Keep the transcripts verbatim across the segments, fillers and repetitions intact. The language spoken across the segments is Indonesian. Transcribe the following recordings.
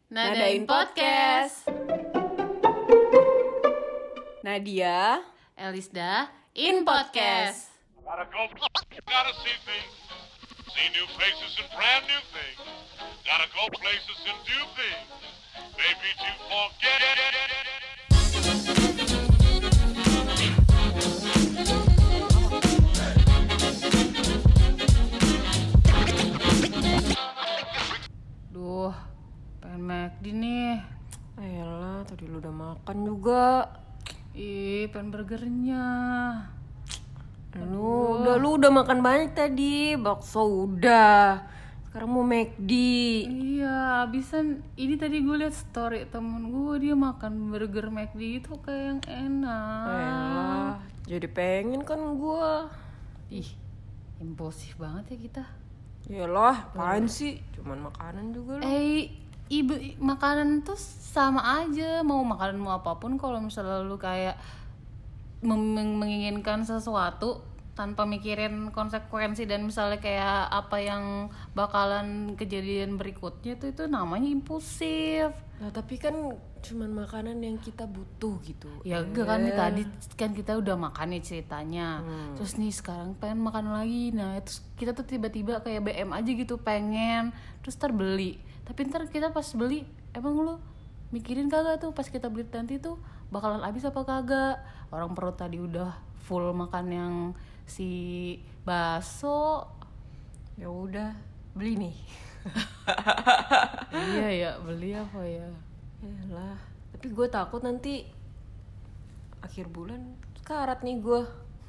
Nadain Podcast. Nadia, Elisda in Podcast. Gotta go, gotta see things, see new faces and brand new things. Gotta go places and do things, maybe to forget. Duh, pengen McD nih. ayolah tadi lu udah makan juga. Ih, pengen burgernya. Lu udah lu udah makan banyak tadi, bakso udah. Sekarang mau McD. Iya, abisan ini tadi gue liat story temen gue, dia makan burger McD itu kayak yang enak. Ayolah, jadi pengen kan gua. Ih, impulsif banget ya kita. Yalah, apaan sih? Cuman makanan juga lu. Eh, ibu makanan tuh sama aja, mau makanan mau apapun, kalau misalnya lu kayak mem- menginginkan sesuatu tanpa mikirin konsekuensi dan misalnya kayak apa yang bakalan kejadian berikutnya tuh, itu namanya impulsif. Nah, tapi kan cuman makanan yang kita butuh gitu. Ya enggak kan, nih tadi kan kita udah makan nih ceritanya. Hmm. Terus nih sekarang pengen makan lagi. Nah, terus kita tuh tiba-tiba kayak B M aja gitu pengen, terus ntar beli. Tapi ntar kita pas beli, emang lu mikirin kagak tuh pas kita beli nanti tuh bakalan habis apa kagak? Orang perut tadi udah full makan yang si bakso. Ya udah, beli nih. Iya ya, beli apa ya? Yalah, tapi gue takut nanti akhir bulan sekarat nih gue.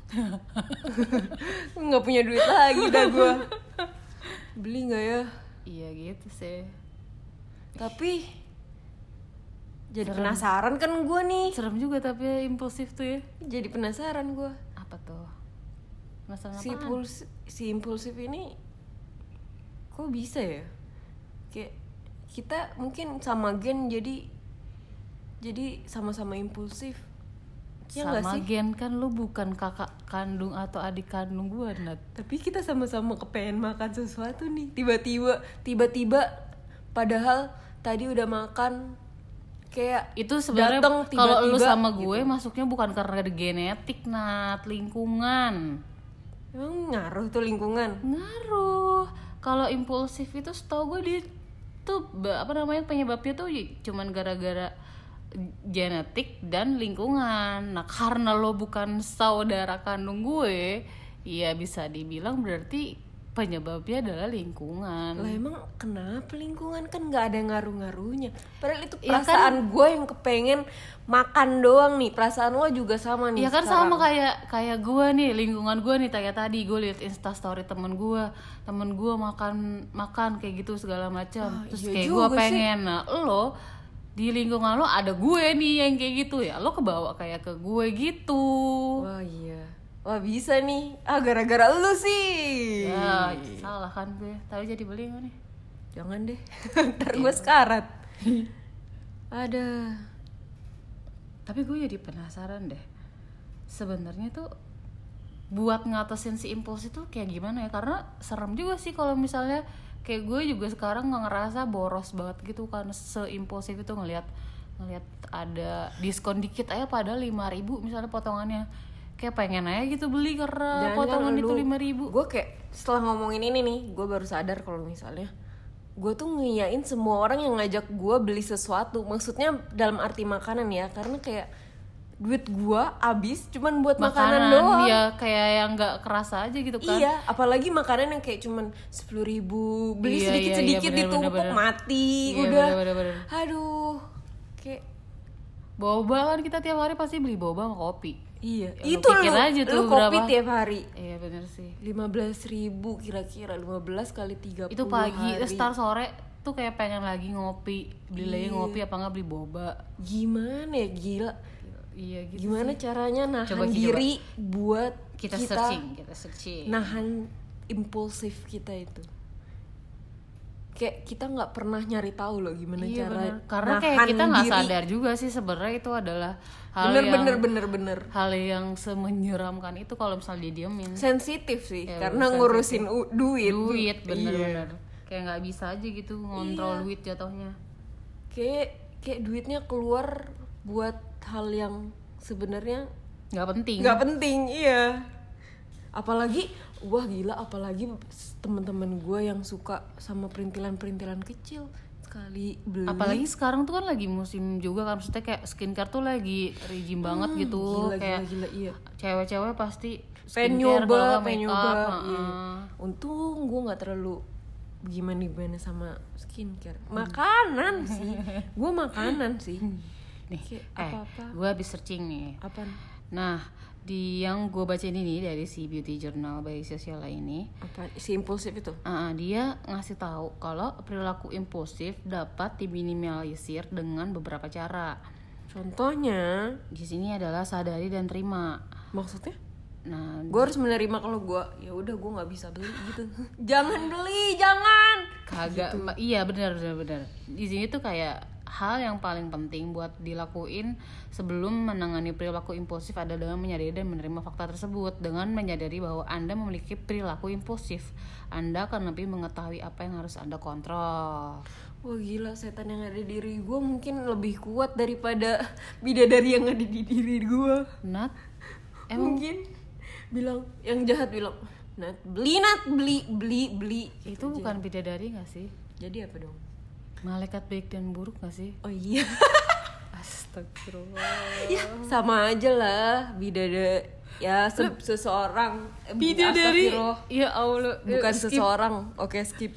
Nggak punya duit lagi dah gue. Beli nggak ya? Iya gitu sih. Tapi jadi Serem. penasaran kan gue nih. Serem juga tapi ya, impulsif tuh ya. Jadi penasaran gue. Apa tuh? Penasaran Si apaan? puls, si impulsif ini kok bisa ya? Kayak kita mungkin sama gen jadi jadi sama-sama impulsif. Ya nggak Sama sih? gen kan, lu bukan kakak kandung atau adik kandung gue, Nat. Tapi kita sama-sama kepengen makan sesuatu nih. Tiba-tiba, tiba-tiba padahal tadi udah makan kayak Itu sebenarnya datang kalau lu tiba-tiba sama gue gitu. masuknya bukan karena genetik, Nat, lingkungan. Emang ngaruh tuh lingkungan. Ngaruh. Kalau impulsif itu setahu gue dia tuh ba- apa namanya penyebabnya tuh y- cuman gara-gara genetik dan lingkungan. Nah, karena lo bukan saudara kandung gue, ya bisa dibilang berarti penyebabnya adalah lingkungan. Lah emang kenapa lingkungan, kan nggak ada ngaruh-ngaruhnya. Padahal itu Ya kan- perasaan gue yang kepengen makan doang nih. Perasaan lo juga sama nih. Ya kan sekarang. sama kayak kayak gue nih, lingkungan gue nih, kayak tadi gue liat instastory temen gue, temen gue makan makan kayak gitu segala macam. Ah, Terus iya kayak juga gue sih. pengen, nah lo di lingkungan lo ada gue nih yang kayak gitu, ya lo kebawa kayak ke gue gitu. Wah iya. Wah bisa nih. Ah gara-gara lu sih. Ya salah kan gue, tapi jadi beli nggak nih? Jangan deh. Ntar gue sekarat. Ada. Tapi gue jadi penasaran deh, sebenarnya tuh buat ngatasin si impuls itu kayak gimana ya? Karena serem juga sih kalau misalnya kayak gue juga sekarang nggak ngerasa boros banget gitu kan, seimpulsif itu ngelihat ngelihat ada diskon dikit aja padahal lima ribu misalnya potongannya, kayak pengen aja gitu beli karena potongan itu lima ribu. Gue kayak setelah ngomongin ini nih, gue baru sadar kalau misalnya gue tuh ngiyain semua orang yang ngajak gue beli sesuatu. Maksudnya dalam arti makanan ya, karena kayak duit gue abis cuman buat makanan, Makanan doang. ya kayak yang nggak kerasa aja gitu kan. Iya, apalagi makanan yang kayak cuman sepuluh ribu, beli Iya, sedikit-sedikit iya, iya, bener, ditumpuk bener, bener. mati, Iya, udah. bener, bener, bener. Aduh, kayak Boba kan kita tiap hari pasti beli boba sama kopi. iya. Ya, lu Itu pikir lu, aja tuh lu kopi berapa. tiap hari. Iya bener sih. lima belas ribu kira-kira, lima belas kali tiga puluh Itu pagi, hari. start sore tuh kayak pengen lagi ngopi, beli lagi Iya. ngopi apa nggak beli boba. Gimana ya, gila. Iya gitu. Gimana sih. caranya nahan Coba, coba. diri buat Kita, kita, searching, kita searching. nahan impulsif kita itu. Kayak kita nggak pernah nyari tahu loh gimana iya cara bener. Karena kayak nahan kita nggak diri. sadar juga sih sebenarnya itu adalah hal bener yang bener bener bener hal yang semenyeramkan itu kalau misalnya didiemin. sensitif sih, Ya, karena sensitif. ngurusin u- duit Duit bener-bener. Iya. Kayak nggak bisa aja gitu ngontrol Iya. duit jatuhnya. kayak kayak duitnya keluar buat hal yang sebenarnya nggak penting. nggak penting, iya. Apalagi wah gila, apalagi teman-teman gue yang suka sama perintilan-perintilan kecil, sekali beli. Apalagi sekarang tuh kan lagi musim juga kan, maksudnya kayak skincare tuh lagi rejim banget Hmm, gitu. gila, Kayak gila, gila, iya. cewek-cewek pasti pengen skincare, kalau nyoba, nggak pengen make nyoba. up, Iya. heeh. Untung gue nggak terlalu gimana gimana sama skincare. Makanan sih, gue makanan sih. Nih, Kayak eh, apa-apa. gue habis searching nih. Apaan? Nah, di yang gue baca ini nih dari si Beauty Journal by Sociala ini, Apa si impulsif itu? uh, dia ngasih tahu kalau perilaku impulsif dapat diminimalisir dengan beberapa cara. Contohnya, Di sini adalah sadari dan terima. maksudnya? Nah, Gue harus menerima kalau gue, ya udah gue nggak bisa beli gitu. Jangan beli, jangan. kagak, ma- iya benar benar benar. Di sini tuh kayak hal yang paling penting buat dilakuin sebelum menangani perilaku impulsif adalah menyadari dan menerima fakta tersebut. Dengan menyadari bahwa Anda memiliki perilaku impulsif, Anda akan lebih mengetahui apa yang harus Anda kontrol. Wah gila, setan yang ada di diri gue mungkin lebih kuat daripada bidadari yang ada di diri gue. Nat, emang Mungkin bilang, yang jahat bilang, Nat beli, Nat beli, beli, beli. itu bukan bidadari nggak sih? Jadi apa dong? Malaikat baik dan buruk nggak sih? Oh iya. Astagfirullah. Ya sama aja lah bidadari. Ya se- seseorang eh, bu- Bidadari. astagfirullah. Ya Allah. Bukan Skip. seseorang. Oke skip.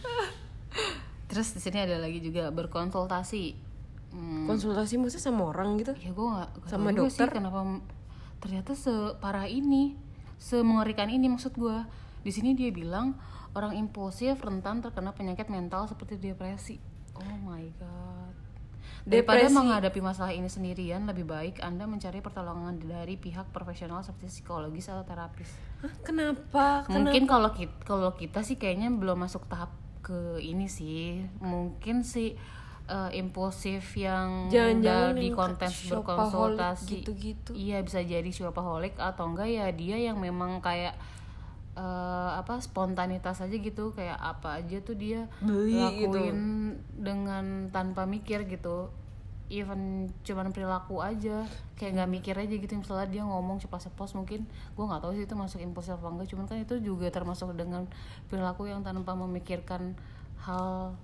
Terus di sini ada lagi juga berkonsultasi. Hmm, Konsultasi maksudnya sama orang gitu? ya gue nggak nggak Sama tahu juga dokter? sih kenapa m- ternyata separah ini, semengerikan ini maksud gue. Di sini dia bilang orang impulsif rentan terkena penyakit mental seperti depresi. Oh my god. Daripada Depresi. menghadapi masalah ini sendirian, lebih baik Anda mencari pertolongan dari pihak profesional seperti psikologis atau terapis. Hah, kenapa? Mungkin kalau kita kalau kita sih kayaknya belum masuk tahap ke ini sih. Mungkin sih eh, impulsif yang Jangan-jangan udah di yang konten shopaholic berkonsultasi gitu-gitu. Iya, bisa jadi shopaholic atau enggak ya dia yang memang kayak eh, apa spontanitas aja gitu, kayak apa aja tuh dia Beli lakuin dengan tanpa mikir gitu. Even cuman perilaku aja, kayak nggak mikir aja gitu. Misalnya dia ngomong ceplos-ceplos, mungkin gue nggak tahu sih itu masuk impulsif apa enggak, cuman kan itu juga termasuk dengan perilaku yang tanpa memikirkan hal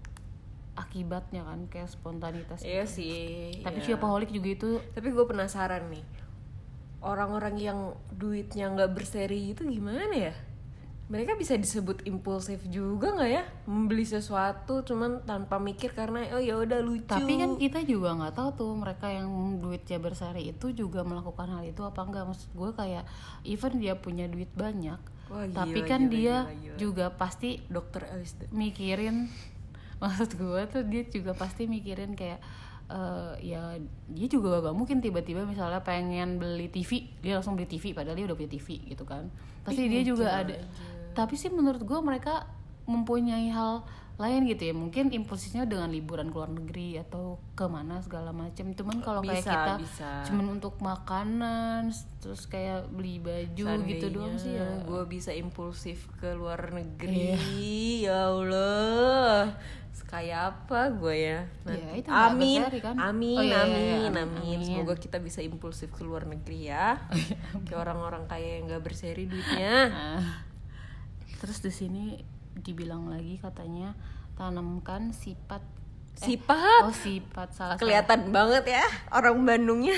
akibatnya kan, kayak spontanitas. Iya sih. Tapi iya. shopaholic juga itu Tapi gue penasaran nih, orang-orang yang duitnya nggak berseri itu gimana ya? Mereka bisa disebut impulsif juga nggak ya? Membeli sesuatu cuman tanpa mikir karena oh ya udah lucu. tapi kan kita juga nggak tahu tuh mereka yang duitnya berseri itu juga melakukan hal itu apa enggak. Maksud gue kayak even dia punya duit banyak, Wah, gila, tapi kan gila, dia gila, gila. juga pasti dokter Elis deh. mikirin maksud gue tuh dia juga pasti mikirin kayak eh, ya dia juga gak mungkin tiba-tiba misalnya pengen beli T V dia langsung beli T V padahal dia udah punya T V gitu kan. Pasti Ih, dia juga mungkin ada aja. tapi sih menurut gue mereka mempunyai hal lain gitu ya, mungkin impulsifnya dengan liburan ke luar negeri atau kemana segala macam. Cuman kalau kayak Bisa, kita bisa. cuman untuk makanan terus kayak beli baju gitu doang sih ya. Gue bisa impulsif ke luar negeri. Iya. Ya Allah, kayak apa gue ya? Ya, Nanti. itu nggak Amin, berseri kan? amin, Oh, iya, iya, iya, amin, amin, amin. amin. Semoga kita bisa impulsif ke luar negeri ya. Kayak orang-orang kaya yang nggak berseri duitnya. Nah, terus di sini dibilang lagi katanya tanamkan sifat eh, Sifat. oh sifat salah Kelihatan banget ya orang Bandungnya.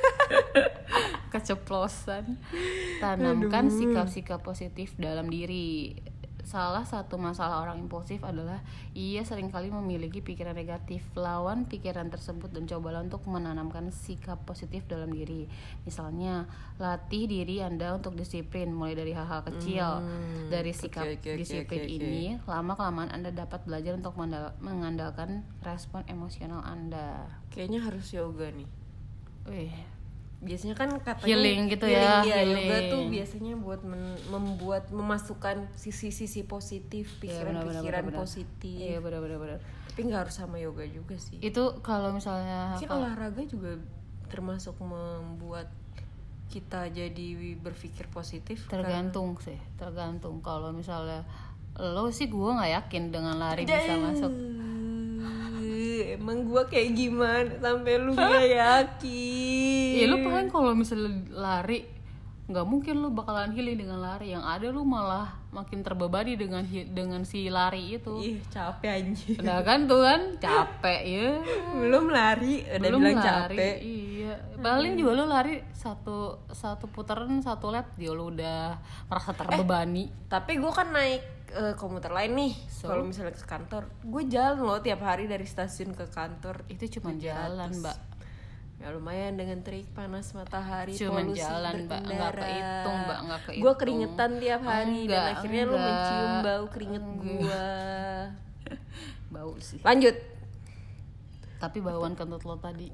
salah keceplosan. Tanamkan Aduh. sikap-sikap positif dalam diri. Salah satu masalah orang impulsif adalah ia seringkali memiliki pikiran negatif. Lawan pikiran tersebut dan cobalah untuk menanamkan sikap positif dalam diri. Misalnya, latih diri Anda untuk disiplin mulai dari hal-hal kecil. Hmm, Dari sikap oke, oke, oke, disiplin oke, oke. ini, lama-kelamaan Anda dapat belajar untuk mendal- mengandalkan respon emosional Anda. Kayaknya harus yoga nih. Wih, Biasanya kan katanya Healing gitu ya, ya, healing. yoga tuh biasanya buat men- membuat memasukkan sisi-sisi positif, Iya, pikiran-pikiran benar, benar, benar. positif. iya benar-benar. Tapi nggak harus sama yoga juga sih. Itu kalau misalnya Mungkin kalau- olahraga juga termasuk membuat kita jadi berpikir positif. tergantung sih, tergantung. Kalau misalnya lo sih gue nggak yakin dengan lari Karena- bisa masuk. emang gue kayak gimana sampai lu gak yakin? Ya lu paling kalau misalnya lari nggak mungkin lu bakalan healing dengan lari, yang ada lu malah makin terbebani dengan dengan si lari itu. Ih capek anjir. Nah kan tuh kan capek ya. Belum lari udah Belum bilang lari, capek. Iya. Paling juga lu lari satu satu putaran satu lap dia lu udah merasa terbebani. Eh, tapi gue kan naik uh, komuter lain nih. So? Kalau misalnya ke kantor, gue jalan loh tiap hari dari stasiun ke kantor. Itu cuma jalan, Mbak. Ya lumayan dengan terik panas matahari, Cuman polusi jalan, Mbak. berkendara. Nggak kehitung, Mbak. Nggak kehitung. Gue keringetan tiap hari Enggak, dan akhirnya lu enggak. mencium bau keringet gue. Bau sih. Lanjut. Tapi bauan kentut lo tadi.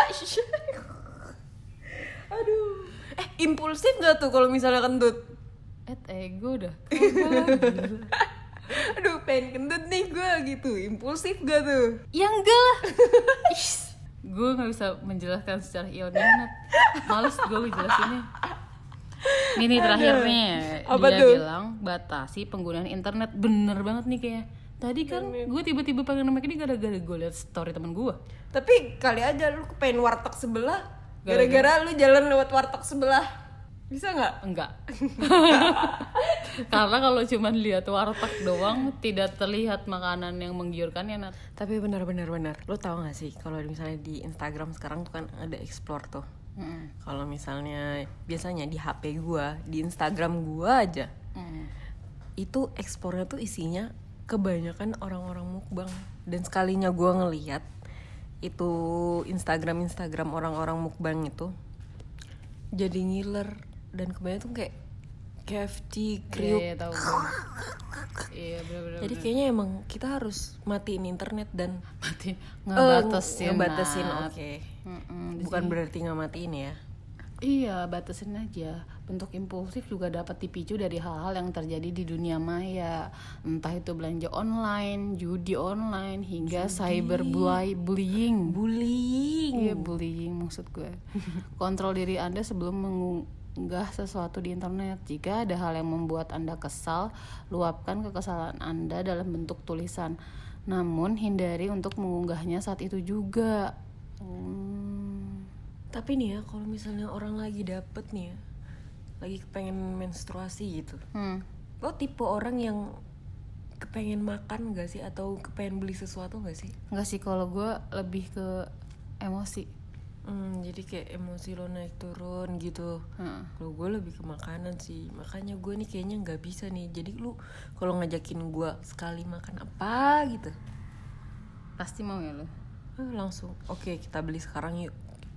Aduh. Eh impulsif gak tuh kalau misalnya kentut? Eh ego dah. Aduh pengen kentut nih gue gitu. Impulsif gak tuh? Ya enggak lah. Gue nggak bisa menjelaskan secara ilmiah. Males gue ngejelasinnya. Ini nih terakhir nih. Apa dia tuh? bilang batasi penggunaan internet. Bener banget nih kayaknya. Tadi kan gue tiba-tiba pengen nama ini gara-gara gue liat story temen gue. Tapi kali aja lu pengen warteg sebelah gara-gara lu jalan lewat warteg sebelah. Bisa nggak? Enggak. Karena kalau cuman lihat warteg doang tidak terlihat makanan yang menggiurkan ya Nat. Tapi benar-benar benar. Lu tahu nggak sih kalau misalnya di Instagram sekarang tuh kan ada explore tuh. Mm-mm. Kalau misalnya biasanya di H P gua, di Instagram gua aja. Mm. Itu explore-nya tuh isinya kebanyakan orang-orang mukbang. Dan sekalinya gua ngelihat itu Instagram Instagram orang-orang mukbang itu jadi ngiler. Dan kebanyakan tuh kayak K F C, kriuk. Iya, iya tahu gue. Iya benar-benar. Jadi kayaknya emang kita harus matiin internet dan mati eh, ngebatasin. ngebatasin, Nat. oke. Mm-mm, di Bukan sini. berarti nggak matiin ya. Iya, batasin aja. Bentuk impulsif juga dapat dipicu dari hal-hal yang terjadi di dunia maya. Entah itu belanja online, judi online, hingga cyberbullying. Bullying. Iya, bullying maksud gue. Kontrol diri Anda sebelum mengunggah sesuatu di internet. Jika ada hal yang membuat Anda kesal, luapkan kekesalan Anda dalam bentuk tulisan. Namun, hindari untuk mengunggahnya saat itu juga. Hmm. Tapi nih ya, kalau misalnya orang lagi dapet nih ya, lagi kepengen menstruasi gitu, Hmm. lo tipe orang yang kepengen makan gak sih? Atau kepengen beli sesuatu gak sih? Enggak sih, kalau gue lebih ke emosi. Hmm, jadi kayak emosi lo naik turun gitu. Hmm. Kalau gue lebih ke makanan sih. Makanya gue nih kayaknya gak bisa nih. Jadi lu kalau ngajakin gue sekali makan apa gitu, Pasti mau ya lo. eh, langsung oke kita beli sekarang yuk.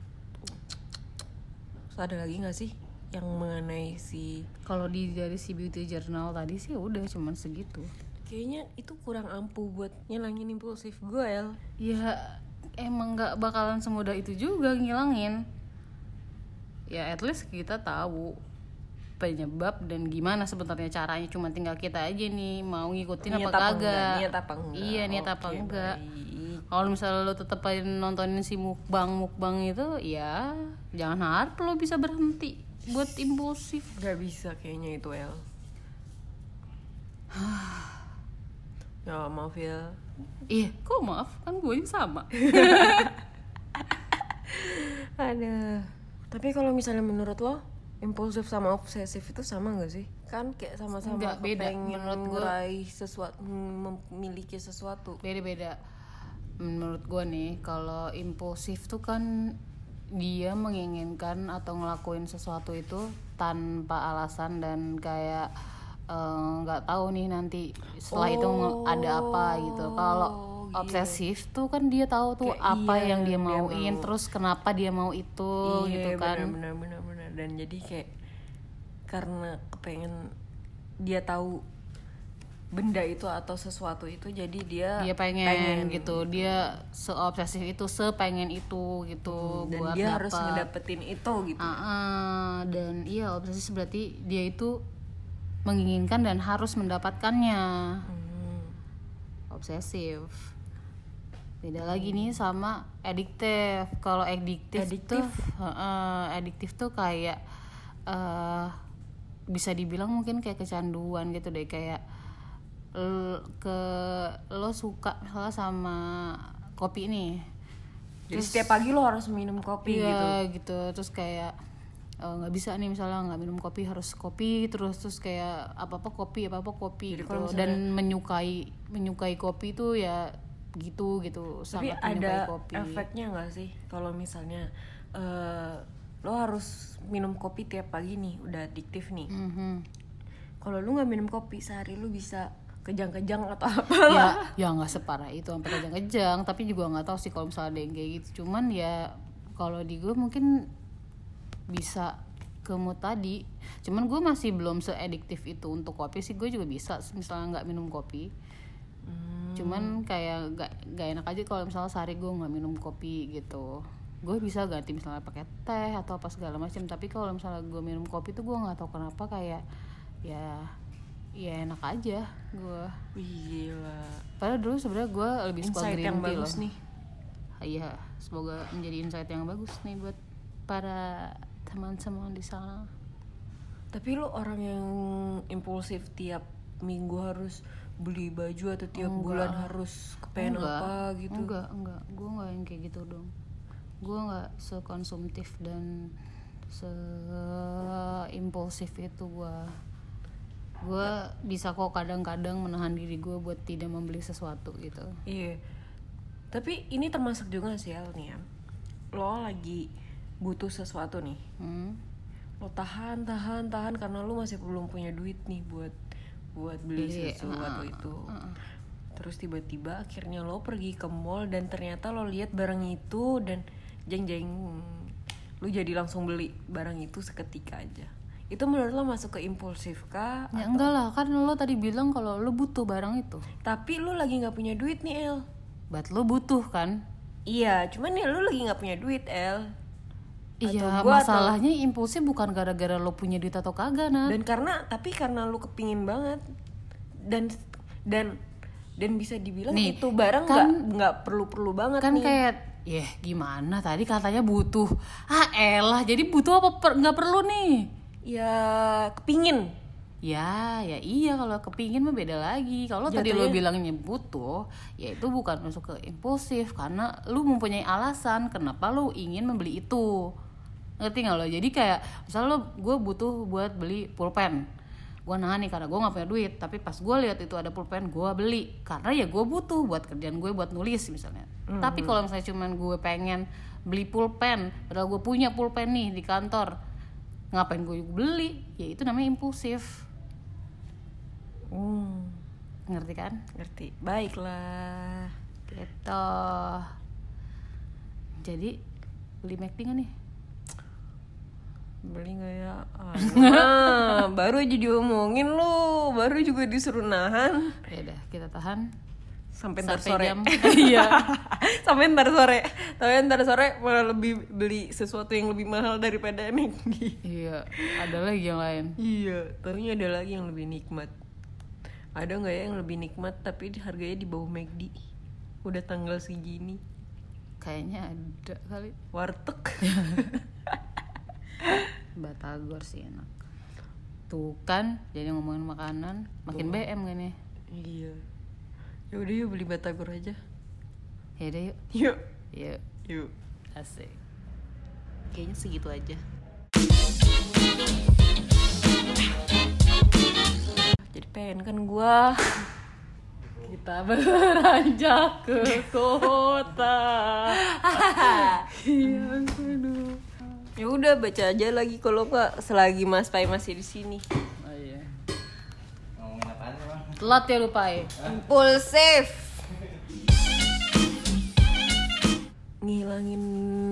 Terus ada lagi gak sih yang mengenai si, Kalau di dari si beauty journal tadi sih udah cuman segitu. kayaknya itu kurang ampuh buat nyelangin impulsif gue El. Ya emang nggak bakalan semudah itu juga ngilangin. Ya at least kita tahu penyebab dan gimana sebenarnya caranya. Cuma tinggal kita aja nih mau ngikutin Niat apa apa kagak. enggak, niat apa enggak. Iya niat apa Oke, enggak. baik. Kalau misalnya lo tetep aja nontonin si mukbang mukbang itu, ya jangan harap lo bisa berhenti buat impulsif. Gak bisa kayaknya itu El. Ya maaf ya. Iya, kok maaf kan gue juga sama. Ada. Tapi kalau misalnya menurut lo impulsif sama obsesif itu sama gak sih? Kan kayak sama-sama Nggak, beda. kepengen Menurut gua- meraih sesuatu, memiliki sesuatu. Beda-beda. Menurut gue nih, kalau impulsif tuh kan dia menginginkan atau ngelakuin sesuatu itu tanpa alasan dan kayak nggak uh, tahu nih nanti setelah oh, itu ada apa gitu. Kalau gitu. obsesif tuh kan dia tahu tuh Kayak apa iya, yang dia dia mauin, mau. terus kenapa dia mau itu Iya, gitu kan. benar benar benar. Dan jadi kayak karena kepengen dia tahu benda itu atau sesuatu itu, jadi dia Dia pengen, pengen gitu, dia seobsesif itu, sepengen itu gitu. dan buat dia dapet. harus ngedapetin itu gitu. Uh-uh, dan iya obsesif berarti dia itu menginginkan dan harus mendapatkannya. Hmm. Obsesif. Beda lagi nih sama adiktif. Kalau adiktif tuh, uh, adiktif tuh kayak uh, bisa dibilang mungkin kayak kecanduan gitu deh, kayak l- ke lo suka misalnya sama kopi nih. Jadi setiap pagi lo harus minum kopi gitu. Iya gitu. Terus kayak nggak uh, bisa nih misalnya nggak minum kopi harus kopi terus terus kayak apa apa kopi apa apa kopi gitu. Misalnya, dan menyukai menyukai kopi tuh ya gitu gitu. Tapi sangat ada kopi. efeknya nggak sih kalau misalnya uh, lo harus minum kopi tiap pagi nih udah adiktif nih. Mm-hmm. Kalau lu nggak minum kopi sehari lu bisa kejang-kejang atau apa ya lah. Ya nggak separah itu sampai kejang-kejang, tapi juga nggak tahu sih kalau misalnya ada yang kayak gitu. Cuman ya kalau di gue mungkin bisa ke mood tadi. Cuman gue masih belum se-adiktif itu untuk kopi sih. Gue juga bisa misalnya nggak minum kopi. Hmm. Cuman kayak gak, gak enak aja kalau misalnya sehari gue nggak minum kopi gitu. Gue bisa ganti misalnya pakai teh atau apa segala macam. Tapi kalau misalnya gue minum kopi tuh gue nggak tahu kenapa kayak ya ya enak aja gue. Gila. Padahal dulu sebenarnya gue lebih suka insight green yang tea bagus loh. nih. Iya, semoga menjadi insight yang bagus nih buat para teman-teman di sana. Tapi lu orang yang impulsif tiap minggu harus beli baju atau tiap enggak. bulan harus kepengen enggak. apa gitu? Enggak, enggak. Gue enggak yang kayak gitu dong. Gue enggak sekonsumtif dan se-impulsif itu gue. Gue bisa kok kadang-kadang menahan diri gue buat tidak membeli sesuatu gitu. Iya. Tapi ini termasuk juga sih Al nih ya. Lo lagi butuh sesuatu nih. Hmm? Lo tahan, tahan, tahan karena lo masih belum punya duit nih buat buat beli Iya, sesuatu uh, itu. Uh, uh. Terus tiba-tiba akhirnya lo pergi ke mall dan ternyata lo lihat barang itu dan jeng-jeng lo jadi langsung beli barang itu seketika aja. Itu menurut lo masuk ke impulsif kah? Ya atau... enggak lah, kan lo tadi bilang kalau lo butuh barang itu. Tapi lo lagi nggak punya duit nih El. But lo butuh kan? Iya, cuman ya lo lagi nggak punya duit El. Iya, masalahnya atau... impulsif bukan gara-gara lo punya duit atau kagak, Nat. Dan karena tapi karena lo kepingin banget dan dan dan bisa dibilang nih, itu barang nggak kan, nggak perlu-perlu banget kan nih. Kan kayak, ya gimana tadi katanya butuh. Ah elah, jadi butuh apa per, nggak perlu nih? Ya kepingin. Ya, ya iya kalau kepingin mah beda lagi. Kalau tadi lo bilangnya butuh, ya itu bukan masuk ke impulsif karena lo mempunyai alasan kenapa lo ingin membeli itu. Ngerti nggak lo? Jadi kayak misalnya lo, gue butuh buat beli pulpen. Gue nahan nih karena gue nggak punya duit. Tapi pas gue lihat itu ada pulpen, gue beli karena ya gue butuh buat kerjaan gue buat nulis misalnya. Mm-hmm. Tapi kalau misalnya cuman gue pengen beli pulpen, padahal gue punya pulpen nih di kantor, ngapain gue beli? Ya itu namanya impulsif. Hmm. Ngerti kan? Ngerti. Baiklah. Gitu. Jadi beli McD gak nih? Beli gak ya? Ah, baru aja diomongin lu, baru juga disuruh nahan. Ya udah, kita tahan sampai ntar sore. Iya. Sampai ntar sore. Tapi ntar sore malah lebih beli sesuatu yang lebih mahal daripada McD. Iya, ada lagi yang lain. Iya, ternyata ada lagi yang lebih nikmat. Ada nggak ya yang lebih nikmat tapi harganya di bawah McD? Udah tanggal segini. Kayaknya ada kali. Warteg. Batagor sih enak. Tuh kan, jadi ngomongin makanan, makin Tuh. B M kan ya? Iya. Ya udah yuk beli Batagor aja. Ya udah yuk. Yuk. Yuk. Yuk. Asik. Kayaknya segitu aja. Jadi pengen kan gua kita beranjak ke kota. Iya, aduh. Ya udah baca aja lagi kalau nggak selagi Mas Pai masih di sini. Oh iya. Ngomongin apaan sih, Bang? Telat ya lu Pai. Impulsif. Ngilangin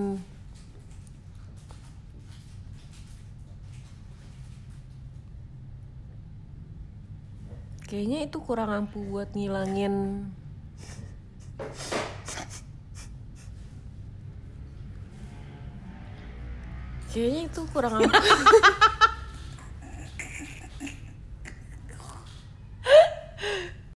kayaknya itu kurang ampuh buat ngilangin kayaknya itu kurang ampuh